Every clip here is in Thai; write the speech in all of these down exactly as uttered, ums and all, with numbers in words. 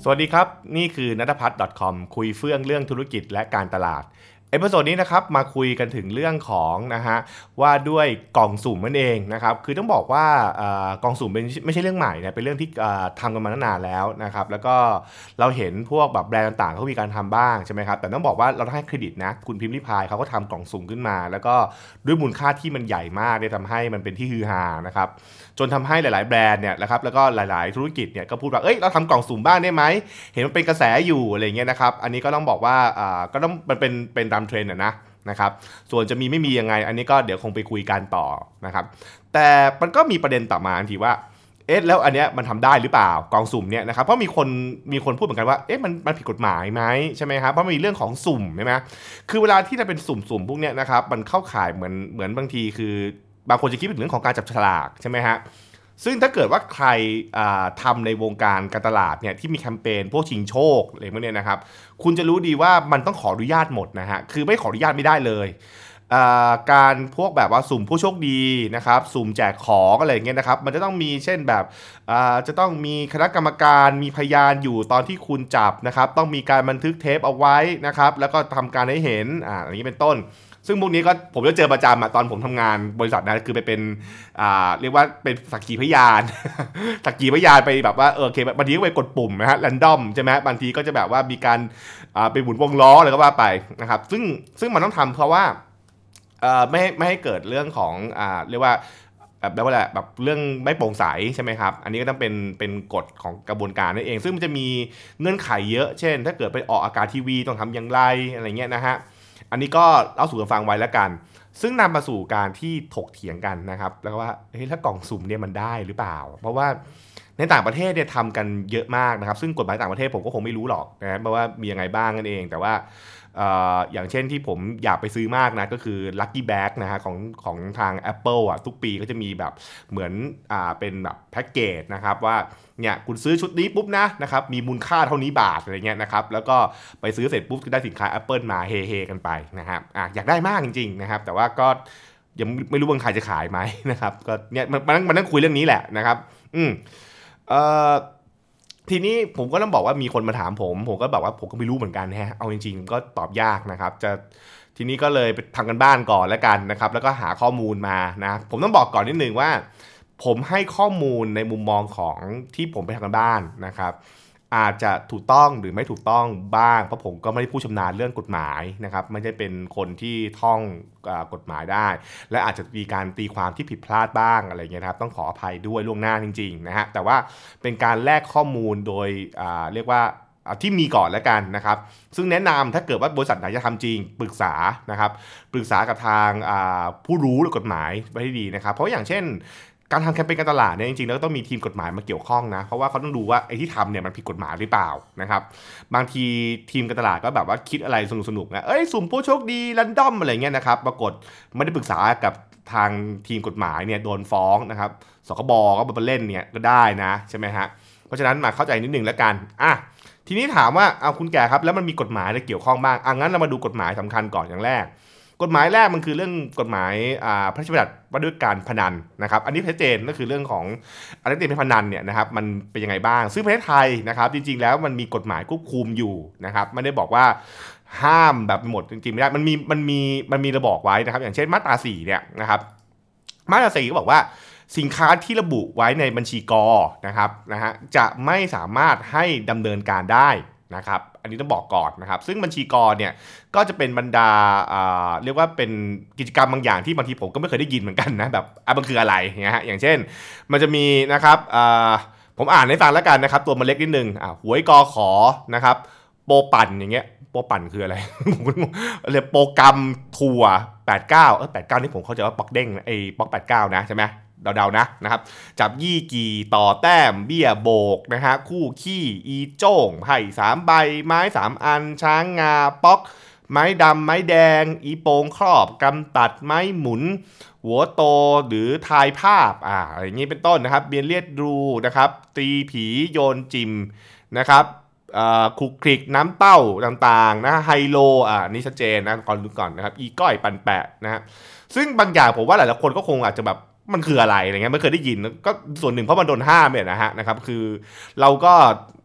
สวัสดีครับนี่คือนัทพัฒน์ .com คุยเฟื่องเรื่องธุรกิจและการตลาดเอพิโซดนี้นะครับมาคุยกันถึงเรื่องของนะฮะว่าด้วยกล่องสุ่มนั่นเองนะครับคือต้องบอกว่ากล่องสุ่มเป็นไม่ใช่เรื่องใหม่นะเป็นเรื่องที่ทำกันมาตั้งนานแล้วนะครับแล้วก็เราเห็นพวกแบบแบรนด์ต่างๆเขามีการทำบ้างใช่ไหมครับแต่ต้องบอกว่าเราต้องให้เครดิตนะคุณพิมพ์ริพายเขาก็ทำกล่องสุ่มขึ้นมาแล้วก็ด้วยมูลค่าที่มันใหญ่มากเนี่ยทำให้มันเป็นที่ฮือฮานะครับจนทำให้หลายๆแบรนด์เนี่ยนะครับแล้วก็หลายๆธุรกิจเนี่ยก็พูดว่าเอ้ยเราทำกล่องสุ่มบ้างได้ไหมเห็นมันเป็นกระแสอยู่อะไรเงี้ยนะครับอันนี้ก็ต้องบอกว่าอ่าก็ต้องมันเป็นเป็นตามเทรนด์นะนะครับส่วนจะมีไม่มียังไงอันนี้ก็เดี๋ยวคงไปคุยกันต่อนะครับแต่มันก็มีประเด็นต่อมาทันทีว่าเอ๊ะแล้วอันเนี้ยมันทำได้หรือเปล่ากองสุ่มเนี่ยนะครับเพราะมีคนมีคนพูดเหมือนกันว่าเอ๊ะมันมันผิดกฎหมายไหมใช่ไหมครับเพราะมีเรื่องของสุ่มใช่ไหมคือเวลาที่จะเป็นสุ่มๆพวกเนี้ยนะครับมันเข้าข่ายเหมือนเหมือนบางทีคือบางคนจะคิดเป็นเรื่องของการจับฉลากใช่ไหมฮะซึ่งถ้าเกิดว่าใครทำในวงการการตลาดเนี่ยที่มีแคมเปญพวกชิงโชคอะไรพวกเนี้ยนะครับคุณจะรู้ดีว่ามันต้องขออนุญาตหมดนะฮะคือไม่ขออนุญาตไม่ได้เลยการพวกแบบว่าสุ่มผู้โชคดีนะครับสุ่มแจกของอะไรเงี้ยนะครับมันจะต้องมีเช่นแบบจะต้องมีคณะกรรมการมีพยานอยู่ตอนที่คุณจับนะครับต้องมีการบันทึกเทปเอาไว้นะครับแล้วก็ทำการให้เห็นอ่าอย่างนี้เป็นต้นซึ่งพวกนี้ก็ผมจะเจอประจำอะตอนผมทำงานบริษัทนะคือไปเป็นอ่าเรียกว่าเป็นสักขีพยาน สักขีพยานไปแบบว่าเออโอเคบางทีก็ไปกดปุ่มนะฮะแรนดอมใช่ไหมบางทีก็จะแบบว่ามีการอ่าไปหมุนวงล้ออะไรก็ว่าไปนะครับซึ่งซึ่งมันต้องทำเพราะว่าเอ่อไม่ให้ไม่ให้เกิดเรื่องของอ่าเรียกว่าแบบแบบว่าอะไรแบบเรื่องไม่โปร่งใสใช่ไหมครับอันนี้ก็ต้องเป็นเป็นกฎของกระบวนการนั่นเองซึ่งมันจะมีเงื่อนไขเยอะเช่นถ้าเกิดไปออกอากาศทีวีต้องทำอย่างไรอะไรเงี้ยนะฮะอันนี้ก็เล่าสู่กันฟังไว้แล้วกันซึ่งนำมาสู่การที่ถกเถียงกันนะครับแล้วว่าเฮ้ยถ้ากล่องสุ่มเนี่ยมันได้หรือเปล่าเพราะว่าในต่างประเทศเนี่ยทำกันเยอะมากนะครับซึ่งกฎหมายต่างประเทศผมก็คงไม่รู้หรอกนะเพราะว่ามียังไงบ้างนั่นเองแต่ว่าอย่างเช่นที่ผมอยากไปซื้อมากนะก็คือ Lucky Bag นะฮะของของทาง Apple อ่ะทุกปีก็จะมีแบบเหมือนอ่าเป็นแบบแพ็กเกจนะครับว่าเนี่ยคุณซื้อชุดนี้ปุ๊บนะนะครับมีมูลค่าเท่านี้บาทอะไรเงี้ยนะครับแล้วก็ไปซื้อเสร็จปุ๊บก็ได้สินค้า Apple มาเฮๆกันไปนะครับอ่ะอยากได้มากจริงๆนะครับแต่ว่าก็ยังไม่รู้ว่าใครจะขายไหมนะครับก็เนี่ยมันมันมันต้องคุยเรื่องนี้แหละนะครับอืมเอ่อทีนี้ผมก็ต้องบอกว่ามีคนมาถามผมผมก็บอกว่าผมก็ไม่รู้เหมือนกันฮะเอาจริงๆก็ตอบยากนะครับจะทีนี้ก็เลยไปทำกันบ้านก่อนแล้วกันนะครับแล้วก็หาข้อมูลมานะผมต้องบอกก่อนนิดนึงว่าผมให้ข้อมูลในมุมมองของที่ผมไปทำกันบ้านนะครับอาจจะถูกต้องหรือไม่ถูกต้องบ้างเพราะผมก็ไม่ได้ผู้ชำนาญเรื่องกฎหมายนะครับไม่ได้เป็นคนที่ท่องกฎหมายได้และอาจจะมีการตีความที่ผิดพลาดบ้างอะไรเงี้ยครับต้องขออภัยด้วยล่วงหน้าจริงๆนะฮะแต่ว่าเป็นการแลกข้อมูลโดยเรียกว่าที่มีก่อนแล้วกันนะครับซึ่งแนะนำถ้าเกิดว่าบริษัทไหนจะทำจริงปรึกษานะครับปรึกษากับทางผู้รู้เรื่องกฎหมายไว้ให้ดีนะครับเพราะอย่างเช่นการทำแคมเปญการตลาดเนี่ยจริงๆแล้วต้องมีทีมกฎหมายมาเกี่ยวข้องนะเพราะว่าเขาต้องดูว่าไอ้ที่ทำเนี่ยมันผิดกฎหมายหรือเปล่านะครับบางทีทีมการตลาดก็แบบว่าคิดอะไรสนุกๆนะเอ้ยสุ่มผู้โชคดีรันดอมอะไรเงี้ยนะครับปรากฏไม่ได้ปรึกษากับทางทีมกฎหมายเนี่ยโดนฟ้องนะครับสคบก็มาเล่นเนี่ยก็ได้นะใช่ไหมฮะเพราะฉะนั้นมาเข้าใจนิดนึงแล้วกันอ่ะทีนี้ถามว่าเอาคุณแก่ครับแล้วมันมีกฎหมายอะไรเกี่ยวข้องบ้างอ่ะงั้นเรามาดูกฎหมายสำคัญก่อนอย่างแรกกฎหมายแรกมันคือเรื่องกฎหมายพระราชบัญญัติว่าด้วยการพนันนะครับอันนี้ชัดเจนก็คือเรื่องของอะไรที่เป็นพนันเนี่ยนะครับมันเป็นยังไงบ้างซึ่งประเทศไทยนะครับจริงๆแล้วมันมีกฎหมายควบคุมอยู่นะครับไม่ได้บอกว่าห้ามแบบหมดจริงๆไม่ได้มันมีมันมีมันมีระบอกไว้นะครับอย่างเช่นมาตราสี่เนี่ยนะครับมาตราสี่ก็บอกว่าสินค้าที่ระบุไว้ในบัญชีกนะครับนะฮะจะไม่สามารถให้ดำเนินการได้นะครับอันนี้ต้องบอกก่อนนะครับซึ่งบัญชีกเนี่ยก็จะเป็นบรรดาเรียกว่าเป็นกิจกรรมบางอย่างที่บางทีผมก็ไม่เคยได้ยินเหมือนกันนะแบบอ่ะมันคืออะไรนะฮะอย่างเช่นมันจะมีนะครับผมอ่านให้ฟังแล้วกันนะครับตัวมันเล็กนิดนึงอ่ะหวยกอขอนะครับโปรปั่นอย่างเงี้ยโปรปั่นคืออะไรเรียกโปรแกรมทัวร์แปดสิบเก้าเออแปดสิบเก้านี่ผมเข้าใจว่าป๊อกเด้งไอ้ป๊อกแปดสิบเก้านะใช่ไหมเดาๆนะนะครับจับยี่กี่ต่อแต้มเบี้ยโบกนะฮะคู่ขี้อีโจ้งไพ่สามใบไม้สามอันช้างงาป๊อกไม้ดำไม้แดงอีโปงครอบกำตัดไม้หมุนหัวโตหรือทายภาพอ่าอย่างนี้เป็นต้นนะครับเบียนเลียดรูนะครับตีผีโยนจิมนะครับคลุกคลิกน้ำเต้าต่างๆนะไฮโลอ่านี่ชัดเจนนะก่อนดูก่อนนะครับอีก้อยปันแปะนะฮะซึ่งบางอย่างผมว่าหลายๆคนก็คงอาจจะแบบมันคืออะไรอะไรเงี้ยไม่เคยได้ยินก็ส่วนหนึ่งเพราะมันโดนห้ามเนี่ยนะฮะนะครับคือเราก็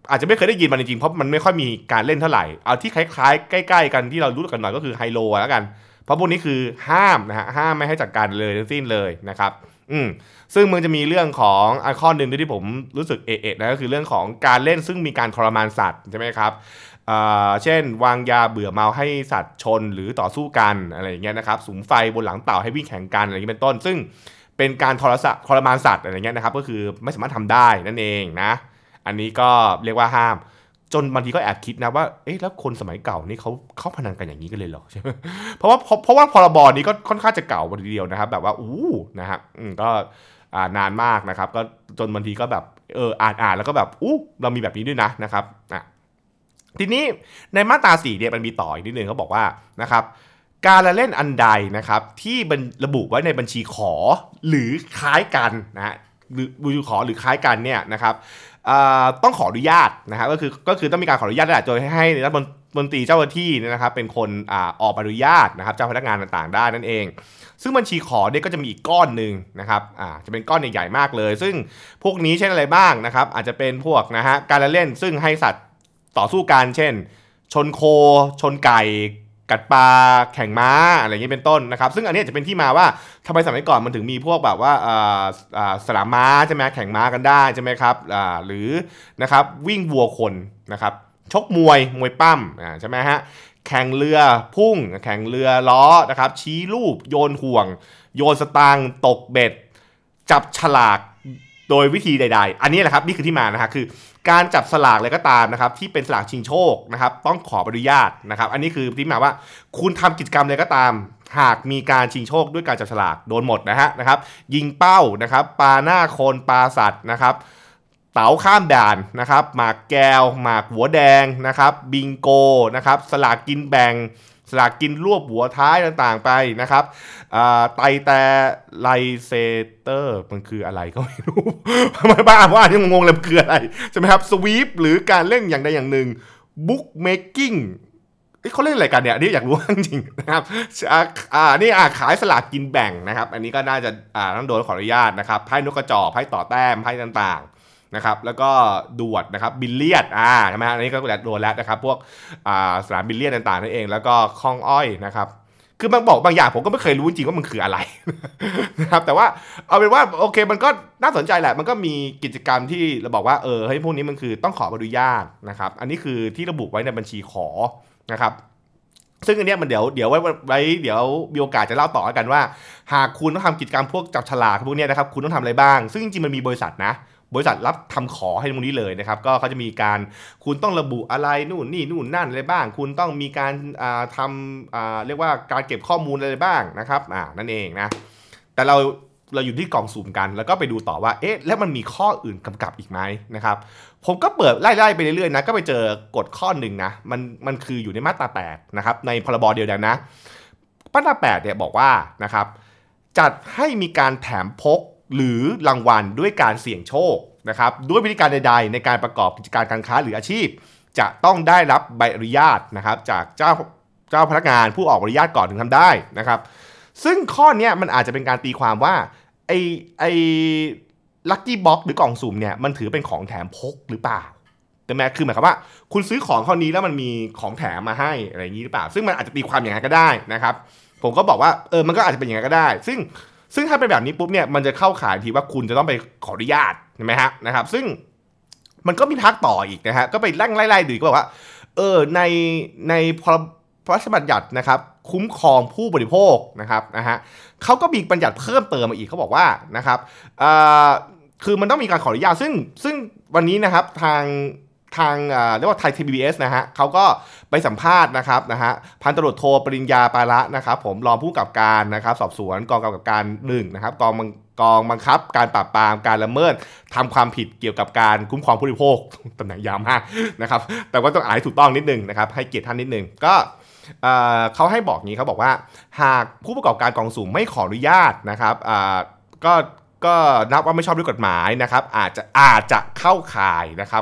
อาจจะไม่เคยได้ยินมันจริงๆเพราะมันไม่ค่อยมีการเล่นเท่าไหร่เอาที่คล้ายๆใกล้ๆกันที่เรารู้กันหน่อยก็คือไฮโลแล้วกันเพราะพวกนี้คือห้ามนะฮะห้ามไม่ให้จัดการเลยทั้งสิ้นเลยนะครับอืมซึ่งมันจะมีเรื่องของอันข้อหนึ่งที่ผมรู้สึกเอะๆนะก็คือเรื่องของการเล่นซึ่งมีการทรมานสัตว์ใช่ไหมครับอ่าเช่นวางยาเบื่อเมาให้สัตว์ชนหรือต่อสู้กันอะไรอย่างเงี้ยนะครับสุมไฟบนหลังเต่าให้วิ่งแข่งกันอะไรอย่างเงี้ยเป็นต้นซึ่งเป็นการทรสะทรมานสัตว์อะไรเงี้ยนะครับก็คือไม่สามารถทำได้นั่นเองนะอันนี้ก็เรียกว่าห้ามจนบางทีก็แอบคิดนะว่าเอ๊ะแล้วคนสมัยเก่านี่เขาเขาพนันกันอย่างนี้กันเลยเหรอใช่ไหมเพราะว่าเพราะว่าพรบนี้ก็ค่อนข้างจะเก่าทีเดียวนะครับแบบว่าอู้นะครับอืมก็อ่านานมากนะครับก็จนบางทีก็แบบเอออ่านอ่านแล้วก็แบบอู้เรามีแบบนี้ด้วยนะนะครับอ่ะทีนี้ในมาตราสี่เนี่ยมันมีต่ออีกนิดนึงเขาบอกว่านะครับการละเล่นอันใดนะครับที่ระบุไว้ในบัญชีขอหรือคล้ายกันนะฮะหรือบัญชีขอหรือคล้ายกันเนี่ยนะครับต้องขออนุญาตนะครับก็คือก็คือต้องมีการขออนุญาตแหละโดยให้รัฐมนตรีเจ้าหน้าที่นะครับเป็นคนอ่าออกอนุญาตนะครับเจ้าพนักงานต่างๆได้นั่นเองซึ่งบัญชีขอเนี่ยก็จะมีอีกก้อนหนึ่งนะครับอ่าจะเป็นก้อนใหญ่ๆมากเลยซึ่งพวกนี้เช่นอะไรบ้างนะครับอาจจะเป็นพวกนะฮะการละเล่นซึ่งให้สัตว์ต่อสู้กันเช่นชนโคชนไก่กัดปลาแข่งม้าอะไรอย่างนี้เป็นต้นนะครับซึ่งอันนี้จะเป็นที่มาว่าทำไมสมัยก่อนมันถึงมีพวกแบบว่าสนามม้าใช่ไหมแข่งม้ากันได้ใช่ไหมครับหรือนะครับวิ่งวัวคนนะครับชกมวยมวยปั้มใช่ไหมฮะแข่งเรือพุ่งแข่งเรือล้อนะครับชี้ลูกโยนห่วงโยนสตางค์ตกเบ็ดจับฉลากโดยวิธีใดๆอันนี้แหละครับนี่คือที่มานะฮะคือการจับสลากอะไรก็ตามนะครับที่เป็นสลากชิงโชคนะครับต้องขออนุญาตนะครับอันนี้คือที่มาว่าคุณทำกิจกรรมอะไรก็ตามหากมีการชิงโชคด้วยการจับสลากโดนหมดนะฮะนะครับยิงเป้านะครับปาหน้าคนปาสัตว์นะครับเต๋าข้ามด่านนะครับหมากแก้วหมากหัวแดงนะครับบิงโกนะครับสลากกินแบ่งสลากกินรวบหัวท้ายต่างๆไปนะครับไตแต่ไลเซเตอร์มันคืออะไรก็ไม่รู้มาบ้าว่าที่งงเลยมันคืออะไรใช่ไหมครับสวีปหรือการเล่นอย่างใดอย่างหนึ่งบุ๊กเมคกิ้งเขาเล่นอะไรกันเนี่ยนี่อยากรู้จริงๆนะครับอ่านี่อ่าขายสลากกินแบ่งนะครับอันนี้ก็น่าจะอ่าต้องโดนขออนุญาตนะครับไพ่นกกระจอกไพ่ต่อแต้มไพ่ต่างๆนะครับแล้วก็ดวดนะครับบิลเลียดอ่าใช่ไหมอันนี้ก็โดนแล้วนะครับพวกอ่าสนามบิลเลียดต่างๆนั่นเองแล้วก็คล้องอ้อยนะครับคือบางบอกบางอย่างผมก็ไม่เคยรู้จริงว่ามันคืออะไรนะครับแต่ว่าเอาเป็นว่าโอเคมันก็น่าสนใจแหละมันก็มีกิจกรรมที่เราบอกว่าเออเฮ้ยพวกนี้มันคือต้องขออนุญาตนะครับอันนี้คือที่ระบุไว้ในบัญชีขอนะครับซึ่งอันเนี้ยมันเดี๋ยวเดี๋ยวไว้ไว้เดี๋ยวมีโอกาสจะเล่าต่อกันว่าหากคุณต้องทำกิจกรรมพวกจับฉลากพวกนี้นะครับคุณต้องทำอะไรบ้างซึ่งจริงๆมันมีบริษัทนะบริษัทรับทำขอให้ตรงนี้เลยนะครับก็เขาจะมีการคุณต้องระบุอะไรนู่นนี่นู่นนั่นอะไรบ้างคุณต้องมีการทำเรียกว่าการเก็บข้อมูลอะไรบ้างนะครับอ่านั่นเองนะแต่เราเราอยู่ที่กล่องสุ่มกันแล้วก็ไปดูต่อว่าเอ๊ะแล้วมันมีข้ออื่นกำกับอีกไหมนะครับผมก็เปิดไล่ๆไปเรื่อยๆนะก็ไปเจอกฎข้อหนึ่งนะมันมันคืออยู่ในมาตราแปดนะครับในพรบเดียวกันนะมาตราแปดเนี่ยบอกว่านะครับจัดให้มีการแถมพกหรือรางวัลด้วยการเสี่ยงโชคนะครับด้วยวิธีการใดๆในการประกอบกิจการการค้าหรืออาชีพจะต้องได้รับใบอนุญาตนะครับจากเจ้าเจ้าพนักงานผู้ออกอนุญาตก่อนถึงทำได้นะครับซึ่งข้อนี้มันอาจจะเป็นการตีความว่าไอ้ไอ้ลัคกี้บ็อกหรือกล่องสุ่มเนี่ยมันถือเป็นของแถมพกหรือเปล่าแต่แม้คือหมายความว่าคุณซื้อของข้อนี้แล้วมันมีของแถมมาให้อะไรอย่างนี้หรือเปล่าซึ่งมันอาจจะตีความอย่างนั้นก็ได้นะครับผมก็บอกว่าเออมันก็อาจจะเป็นอย่างนั้นก็ได้ซึ่งซึ่งถ้าเป็นแบบนี้ปุ๊บเนี่ยมันจะเข้าข่ายทีว่าคุณจะต้องไปขออนุญาตใช่ไหมฮะนะครับซึ่งมันก็มีทักต่ออีกนะฮะก็ไปไล่ไล่ๆดูก็บอกว่าเออในในพรบราชบัญญัตินะครับคุ้มครองผู้บริโภคนะครับนะฮะเขาก็มีบัญญัติเพิ่มเติมมาอีกเขาบอกว่านะครับอ่าคือมันต้องมีการขออนุญาตซึ่งซึ่งวันนี้นะครับทางทางเรียกว่าไทย ที บี เอส นะฮะเขาก็ไปสัมภาษณ์นะครับนะฮะพันตำรวจโทปริญญาปาระนะครับผมรองผู้กำกับการนะครับสอบสวนกองกำกับการหนึ่งนะครับกองกองบังคับการปราบปรามการละเมิดทำความผิดเกี่ยวกับการคุ้มครองผู้บริโภคตำแหน่งยาวมากนะครับแต่ว่าต้องอ่านให้ถูกต้องนิดนึงนะครับให้เกียรติท่านนิดนึงก็เขาให้บอกงี้เขาบอกว่าหากผู้ประกอบการกองสุ่มไม่ขออนุญาตนะครับก็ก็นับว่าไม่ชอบด้วยกฎหมายนะครับอาจจะอาจจะเข้าข่ายนะครับผิ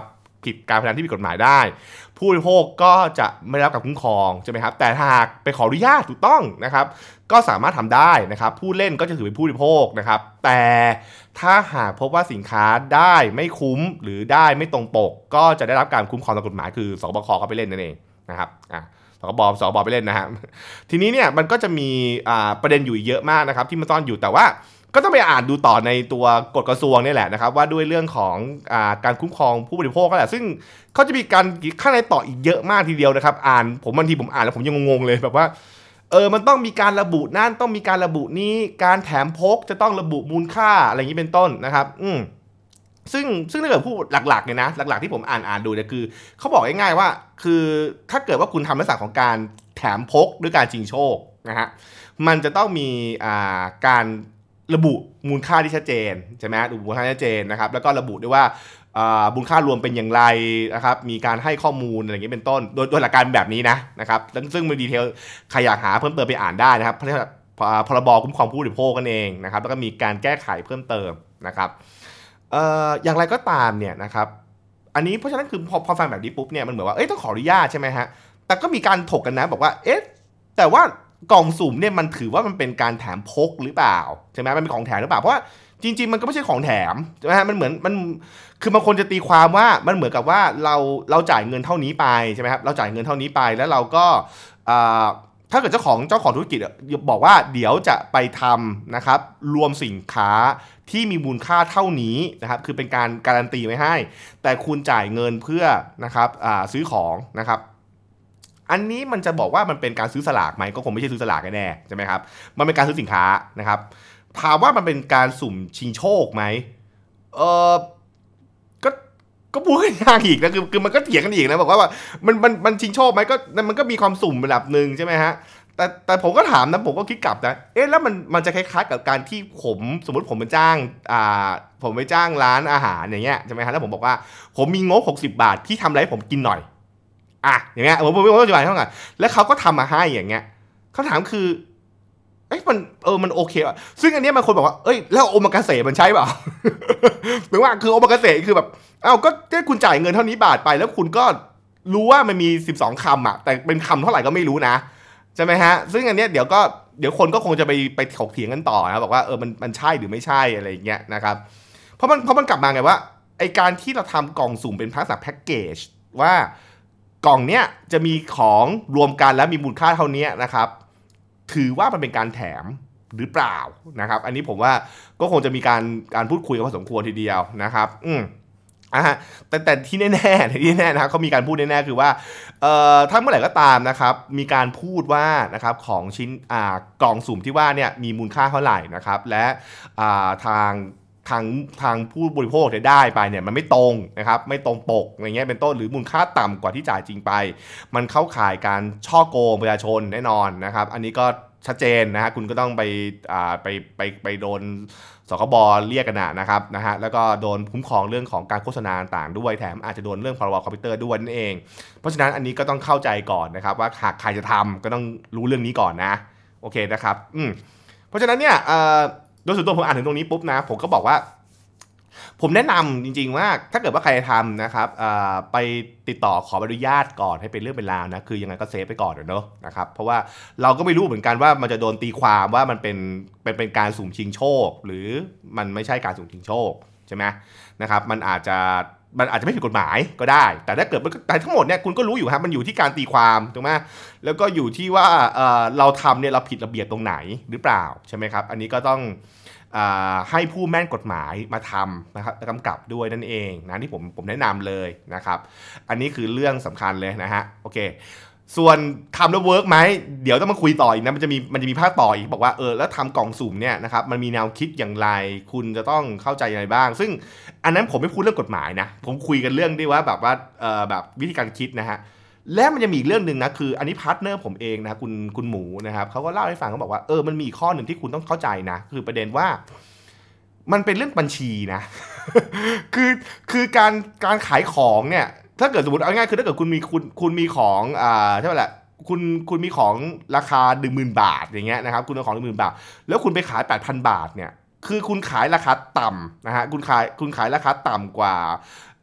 กิจการพนันที่ผิดกฎหมายได้ผู้บริโภคก็จะไม่ได้รับการคุ้มครองใช่ไหมครับแต่หากไปขออนุญาตถูกต้องนะครับก็สามารถทำได้นะครับผู้เล่นก็จะถือเป็นผู้บริโภคนะครับแต่ถ้าหากพบว่าสินค้าได้ไม่คุ้มหรือได้ไม่ตรงปกก็จะได้รับการคุ้มครองตามกฎหมายคือสบคเขาไปเล่นนั่นเองนะครับอ่ะสกบสกบไปเล่นนะฮะทีนี้เนี่ยมันก็จะมีประเด็นอยู่เยอะมากนะครับที่มันซ่อนอยู่แต่ว่าก็ต้องไปอ่านดูต่อในตัวกฎกระทรวงนี่แหละนะครับว่าด้วยเรื่องของอ่าการคุ้มครองผู้บริโภคก็แหละซึ่งเขาจะมีการข้างในต่ออีกเยอะมากทีเดียวนะครับอ่านผมบางทีผมอ่านแล้วผมยังงงๆเลยแบบว่าเออมันต้องมีการระบุนั่นต้องมีการระบุนี้การแถมพกจะต้องระบุมูลค่าอะไรอย่างนี้เป็นต้นนะครับอืมซึ่งซึ่งถ้าเกิดพูดหลักๆเนี่ยนะหลักๆที่ผมอ่านอ่านดูเนี่ยคือเขาบอกง่ายๆว่าคือถ้าเกิดว่าคุณทำลักษณะของการแถมพกด้วยการชิงโชคนะฮะมันจะต้องมีอ่าการระบุมูลค่าที่ชัดเจนใช่ไหมระบุมูลค่าที่ชัดเจนนะครับแล้วก็ระบุด้วยว่ามูลค่ารวมเป็นอย่างไรนะครับมีการให้ข้อมูลอะไรอย่างนี้เป็นต้นโดยโดยหลักการแบบนี้นะนะครับซึ่งมีดีเทลใครอยากหาเพิ่มเติมไปอ่านได้นะครับพรบคุ้มครองผู้บริโภคกันเองนะครับแล้วก็มีการแก้ไขเพิ่มเติมนะครับเอ่ออย่างไรก็ตามเนี่ยนะครับอันนี้เพราะฉะนั้นคือพอพอฟังแบบนี้ปุ๊บเนี่ยมันเหมือนว่าเอ้ยต้องขออนุญาตใช่ไหมฮะแต่ก็มีการถกกันนะบอกว่าเอ๊ะแต่ว่ากล่องสุ่มเนี่ยมันถือว่ามันเป็นการแถมพกหรือเปล่าใช่ไหมมันเป็นของแถมหรือเปล่าเพราะว่าจริงๆมันก็ไม่ใช่ของแถมใช่ไหมฮะมันเหมือนมันคือบางคนจะตีความว่ามันเหมือนกับว่าเราเราจ่ายเงินเท่านี้ไปใช่ไหมครับเราจ่ายเงินเท่านี้ไปแล้วเราก็ถ้าเกิดเจ้าของเจ้าของธุรกิจบอกว่าเดี๋ยวจะไปทำนะครับรวมสินค้าที่มีมูลค่าเท่านี้นะครับคือเป็นการการันตีไว้ให้แต่คุณจ่ายเงินเพื่อนะครับซื้อของนะครับอันนี้มันจะบอกว่ามันเป็นการซื้อสลากไหมก็คงไม่ใช่ซื้อสลากแน่ใช่ไหมครับมันเป็นการซื้อสินค้านะครับถามว่ามันเป็นการสุ่มชิงโชคไหมเออก็ก็พูดกันยากอีกนะคือคือมันก็เถียงกันอีกนะบอกว่าว่ามันมันมันชิงโชคไหมก็มันก็มีความสุ่มระดับหนึ่งใช่ไหมฮะแต่แต่ผมก็ถามนะผมก็คิดกลับนะเอ๊ะแล้วมันมันจะคล้ายๆกับการที่ผมสมมติผมไปจ้างอ่าผมไปจ้างร้านอาหารอย่างเงี้ยใช่ไหมฮะแล้วผมบอกว่าผมมีงบหกสิบบาทที่ทำอะไรให้ผมกินหน่อยอ่ะอย่างเงี้ยผมผมไม่รู้จะไปเท่าไหร่แล้วเขาก็ทำมาให้อย่างเงี้ยคำถามคือเอ้ยมันเออมันโอเคอ่ะซึ่งอันนี้มันคนบอกว่าเอ้ยแล้วโอมากาเสะมันใช่เปล่าหรือว่าคือโอมากาเสะคือแบบอ้าวก็ได้คุณจ่ายเงินเท่านี้บาทไปแล้วคุณก็รู้ว่ามันมีสิบสองคำอ่ะแต่เป็นคำเท่าไหร่ก็ไม่รู้นะใช่ไหมฮะซึ่งอันเนี้ยเดี๋ยวก็เดี๋ยวคนก็คงจะไปไปถกเถียงกันต่อนะบอกว่าเออมันมันใช่หรือไม่ใช่อะไรอย่างเงี้ยนะครับเพราะมันเพราะมันกลับมาไงว่าไอการที่เราทำกล่องสุ่มเป็นลักษณะแพ็กเกจว่ากล่องเนี้ยจะมีของรวมกันแล้วมีมูลค่าเท่านี้นะครับถือว่ามันเป็นการแถมหรือเปล่านะครับอันนี้ผมว่าก็คงจะมีการการพูดคุยกันพอสมควรทีเดียวนะครับอืมอ่ะแต่แต่ที่แน่ๆที่แน่ๆนะครับเขามีการพูดแน่ๆคือว่าเอ่อถ้าเมื่อไหร่ก็ตามนะครับมีการพูดว่านะครับของชิ้นอ่ากล่องสุ่มที่ว่าเนี่ยมีมูลค่าเท่าไหร่นะครับและอ่าทางทางทางผู้บริโภคได้ไปเนี่ยมันไม่ตรงนะครับไม่ตรงปกอย่างเงี้ยเป็นต้นหรือมูลค่าต่ำกว่าที่จ่ายจริงไปมันเข้าข่ายการช่อโกงประชาชนแน่นอนนะครับอันนี้ก็ชัดเจนนะฮะคุณก็ต้องไปอ่าไปไปไปโดนสคบเรียกกันนะครับนะฮะแล้วก็โดนคุ้มครองเรื่องของการโฆษณาต่างด้วยแถมอาจจะโดนเรื่องพรบคอมพิวเตอร์ด้วยนั่นเองเพราะฉะนั้นอันนี้ก็ต้องเข้าใจก่อนนะครับว่าหากใครจะทำก็ต้องรู้เรื่องนี้ก่อนนะโอเคนะครับอืมเพราะฉะนั้นเนี่ยโดยส่วนตัวผมอ่านถึงตรงนี้ปุ๊บนะผมก็บอกว่าผมแนะนำจริงๆว่าถ้าเกิดว่าใครทำนะครับไปติดต่อขออนุญาตก่อนให้เป็นเรื่องเป็นราวนะคือยังไงก็เซฟไปก่อนเนอะนะครับเพราะว่าเราก็ไม่รู้เหมือนกันว่ามันจะโดนตีความว่ามันเป็นเป็นเป็นการสุ่มชิงโชคหรือมันไม่ใช่การสุ่มชิงโชคใช่ไหมนะครับมันอาจจะมันอาจจะไม่ผิดกฎหมายก็ได้แต่ถ้าเกิดแต่ทั้งหมดเนี่ยคุณก็รู้อยู่ครับมันอยู่ที่การตีความถูกไหมแล้วก็อยู่ที่ว่าเอ่อเราทำเนี่ยเราผิดระเบียบตรงไหนหรือเปล่าใช่ไหมครับอันนี้ก็ต้องให้ผู้แม่นกฎหมายมาทำนะครับกำกับด้วยนั่นเองนะที่ผมผมแนะนำเลยนะครับอันนี้คือเรื่องสำคัญเลยนะฮะโอเคส่วนทำแล้วเวิร์กไหมเดี๋ยวต้องมาคุยต่ออีกนะมันจะมีมันจะมีภาคต่ออีกบอกว่าเออแล้วทำกล่องสุ่มเนี่ยนะครับมันมีแนวคิดอย่างไรคุณจะต้องเข้าใจอะไรบ้างซึ่งอันนั้นผมไม่พูดเรื่องกฎหมายนะผมคุยกันเรื่องที่ว่าแบบว่าเออแบบวิธีการคิดนะฮะและมันจะมีอีกเรื่องนึงนะคืออันนี้พาร์ทเนอร์ผมเองนะคุณคุณหมูนะครับเขาก็เล่าให้ฟังเขาบอกว่าเออมันมีข้อหนึ่งที่คุณต้องเข้าใจนะคือประเด็นว่ามันเป็นเรื่องบัญชีนะ คือคือการการขายของเนี่ยถ้าเกิดสมมติเอาง่ายคือถ้าเกิดคุณมีคุณคุณมีของอ่าใช่ไหมล่ะคุณคุณมีของราคา หนึ่งหมื่น บาทอย่างเงี้ยนะครับคุณเอาของ หนึ่งหมื่น บาทแล้วคุณไปขาย แปดพัน บาทเนี่ยคือคุณขายราคาต่ำนะฮะคุณขายคุณขายราคาต่ำกว่า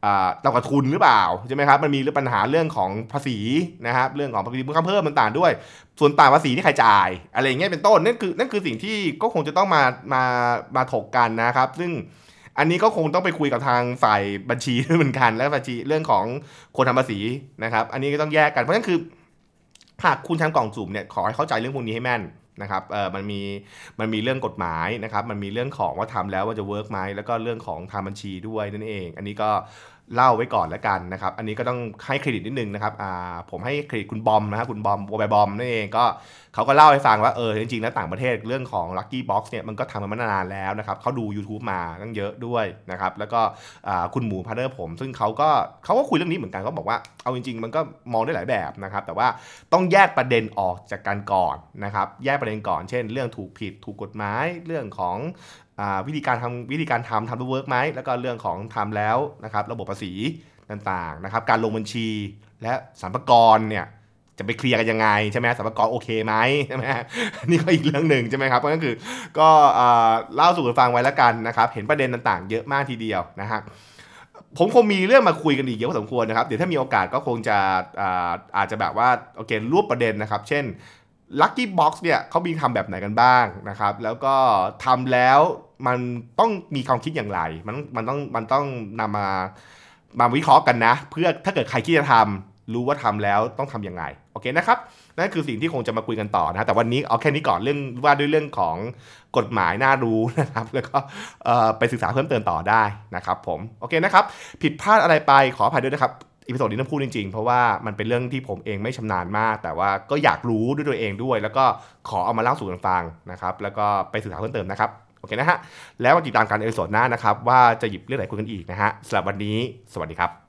ต่ำกว่าทุนหรือเปล่าใช่ไหมครับมันมีเรื่องปัญหาเรื่องของภาษีนะครับเรื่องของภาษีมูลค่าเพิ่มต่างๆด้วยส่วนต่างภาษีที่ใครจ่ายอะไรอย่างเงี้ยเป็นต้นนั่นคือนั่นคือสิ่งที่ก็คงจะต้องมามามาถกกันนะครับซึ่งอันนี้ก็คงต้องไปคุยกับทางฝ่ายบัญชีด้วยเหมือนกันแล้วบัญชีเรื่องของคนทำภาษีนะครับอันนี้ก็ต้องแยกกันเพราะฉะนั้นคือหากคุณทำกล่องสุ่มเนี่ยขอให้เข้าใจเรื่องพวกนี้ให้แม่นนะครับเออมันมีมันมีเรื่องกฎหมายนะครับมันมีเรื่องของว่าทำแล้วว่าจะเวิร์กไหมแล้วก็เรื่องของทางบัญชีด้วยนั่นเองอันนี้ก็เล่าไว้ก่อนแล้วกันนะครับอันนี้ก็ต้องให้เครดิตนิดนึงนะครับอ่าผมให้เครดิตคุณบอมนะครับคุณบอมโบแบมนั่นเองก็เขาก็เล่าให้ฟังว่าเออจริงๆแล้วต่างประเทศเรื่องของ Lucky Box เนี่ยมันก็ทำมามานานแล้วนะครับเขาดู YouTube มาตั้งเยอะด้วยนะครับแล้วก็คุณหมูพาร์เนอร์ผมซึ่งเขาก็เขาก็คุยเรื่องนี้เหมือนกันเขาบอกว่าเอาจริงๆมันก็มองได้หลายแบบนะครับแต่ว่าต้องแยกประเด็นออกจากกันก่อนนะครับแยกประเด็นก่อนเช่นเรื่องถูกผิดถูกกฎหมายเรื่องของวิธีการทำวิธีการทำทำได้เวิร์กไหมแล้วก็เรื่องของทำแล้วนะครับระบบภาษีต่างๆนะครับการลงบัญชีและสรรพากรเนี่ยจะไปเคลียร์กันยังไงใช่ไหมสรรพากรโอเคไหมใช่ไหมนี่ก็อีกเรื่องหนึ่งใช่ไหมครับก็คือก็เล่าสู่กันฟังไว้แล้วกันนะครับเห็นประเด็นต่างๆเยอะมากทีเดียวนะฮะผมคงมีเรื่องมาคุยกันอีกเยอะพอสมควรนะครับเดี๋ยวถ้ามีโอกาสก็คงจะอาอาจจะแบบว่าโอเครวบประเด็นนะครับเช่น Lucky Box เนี่ยเขามีทำแบบไหนกันบ้างนะครับแล้วก็ทำแล้วมันต้องมีความคิดอย่างไรมันมันต้องมันต้องนำมามาวิเคราะห์กันนะเพื่อถ้าเกิดใครคิดจะทำรู้ว่าทำแล้วต้องทำยังไงโอเคนะครับนั่นคือสิ่งที่คงจะมาคุยกันต่อนะแต่วันนี้เอาแค่นี้ก่อนเรื่องว่าด้วยเรื่องของกฎหมายน่ารู้นะครับแล้วก็ไปศึกษาเพิ่มเติมต่อได้นะครับผมโอเคนะครับผิดพลาดอะไรไปขออภัยด้วยนะครับอีพิโซดนี้ต้องพูดจริงๆเพราะว่ามันเป็นเรื่องที่ผมเองไม่ชำนาญมากแต่ว่าก็อยากรู้ด้วยตัวเองด้วยแล้วก็ขอเอามาเล่าสู่กันฟังนะครับแล้วก็ไปศึกษาเพิ่มเติมนะครับโอเคนะฮะแล้วมาติดตามกันในอีพิโซดหน้านะครับว่าจะหยิบเรื่องไหนคุยกันอีกนะฮะสำหรับวันนี้สวัสดีครับ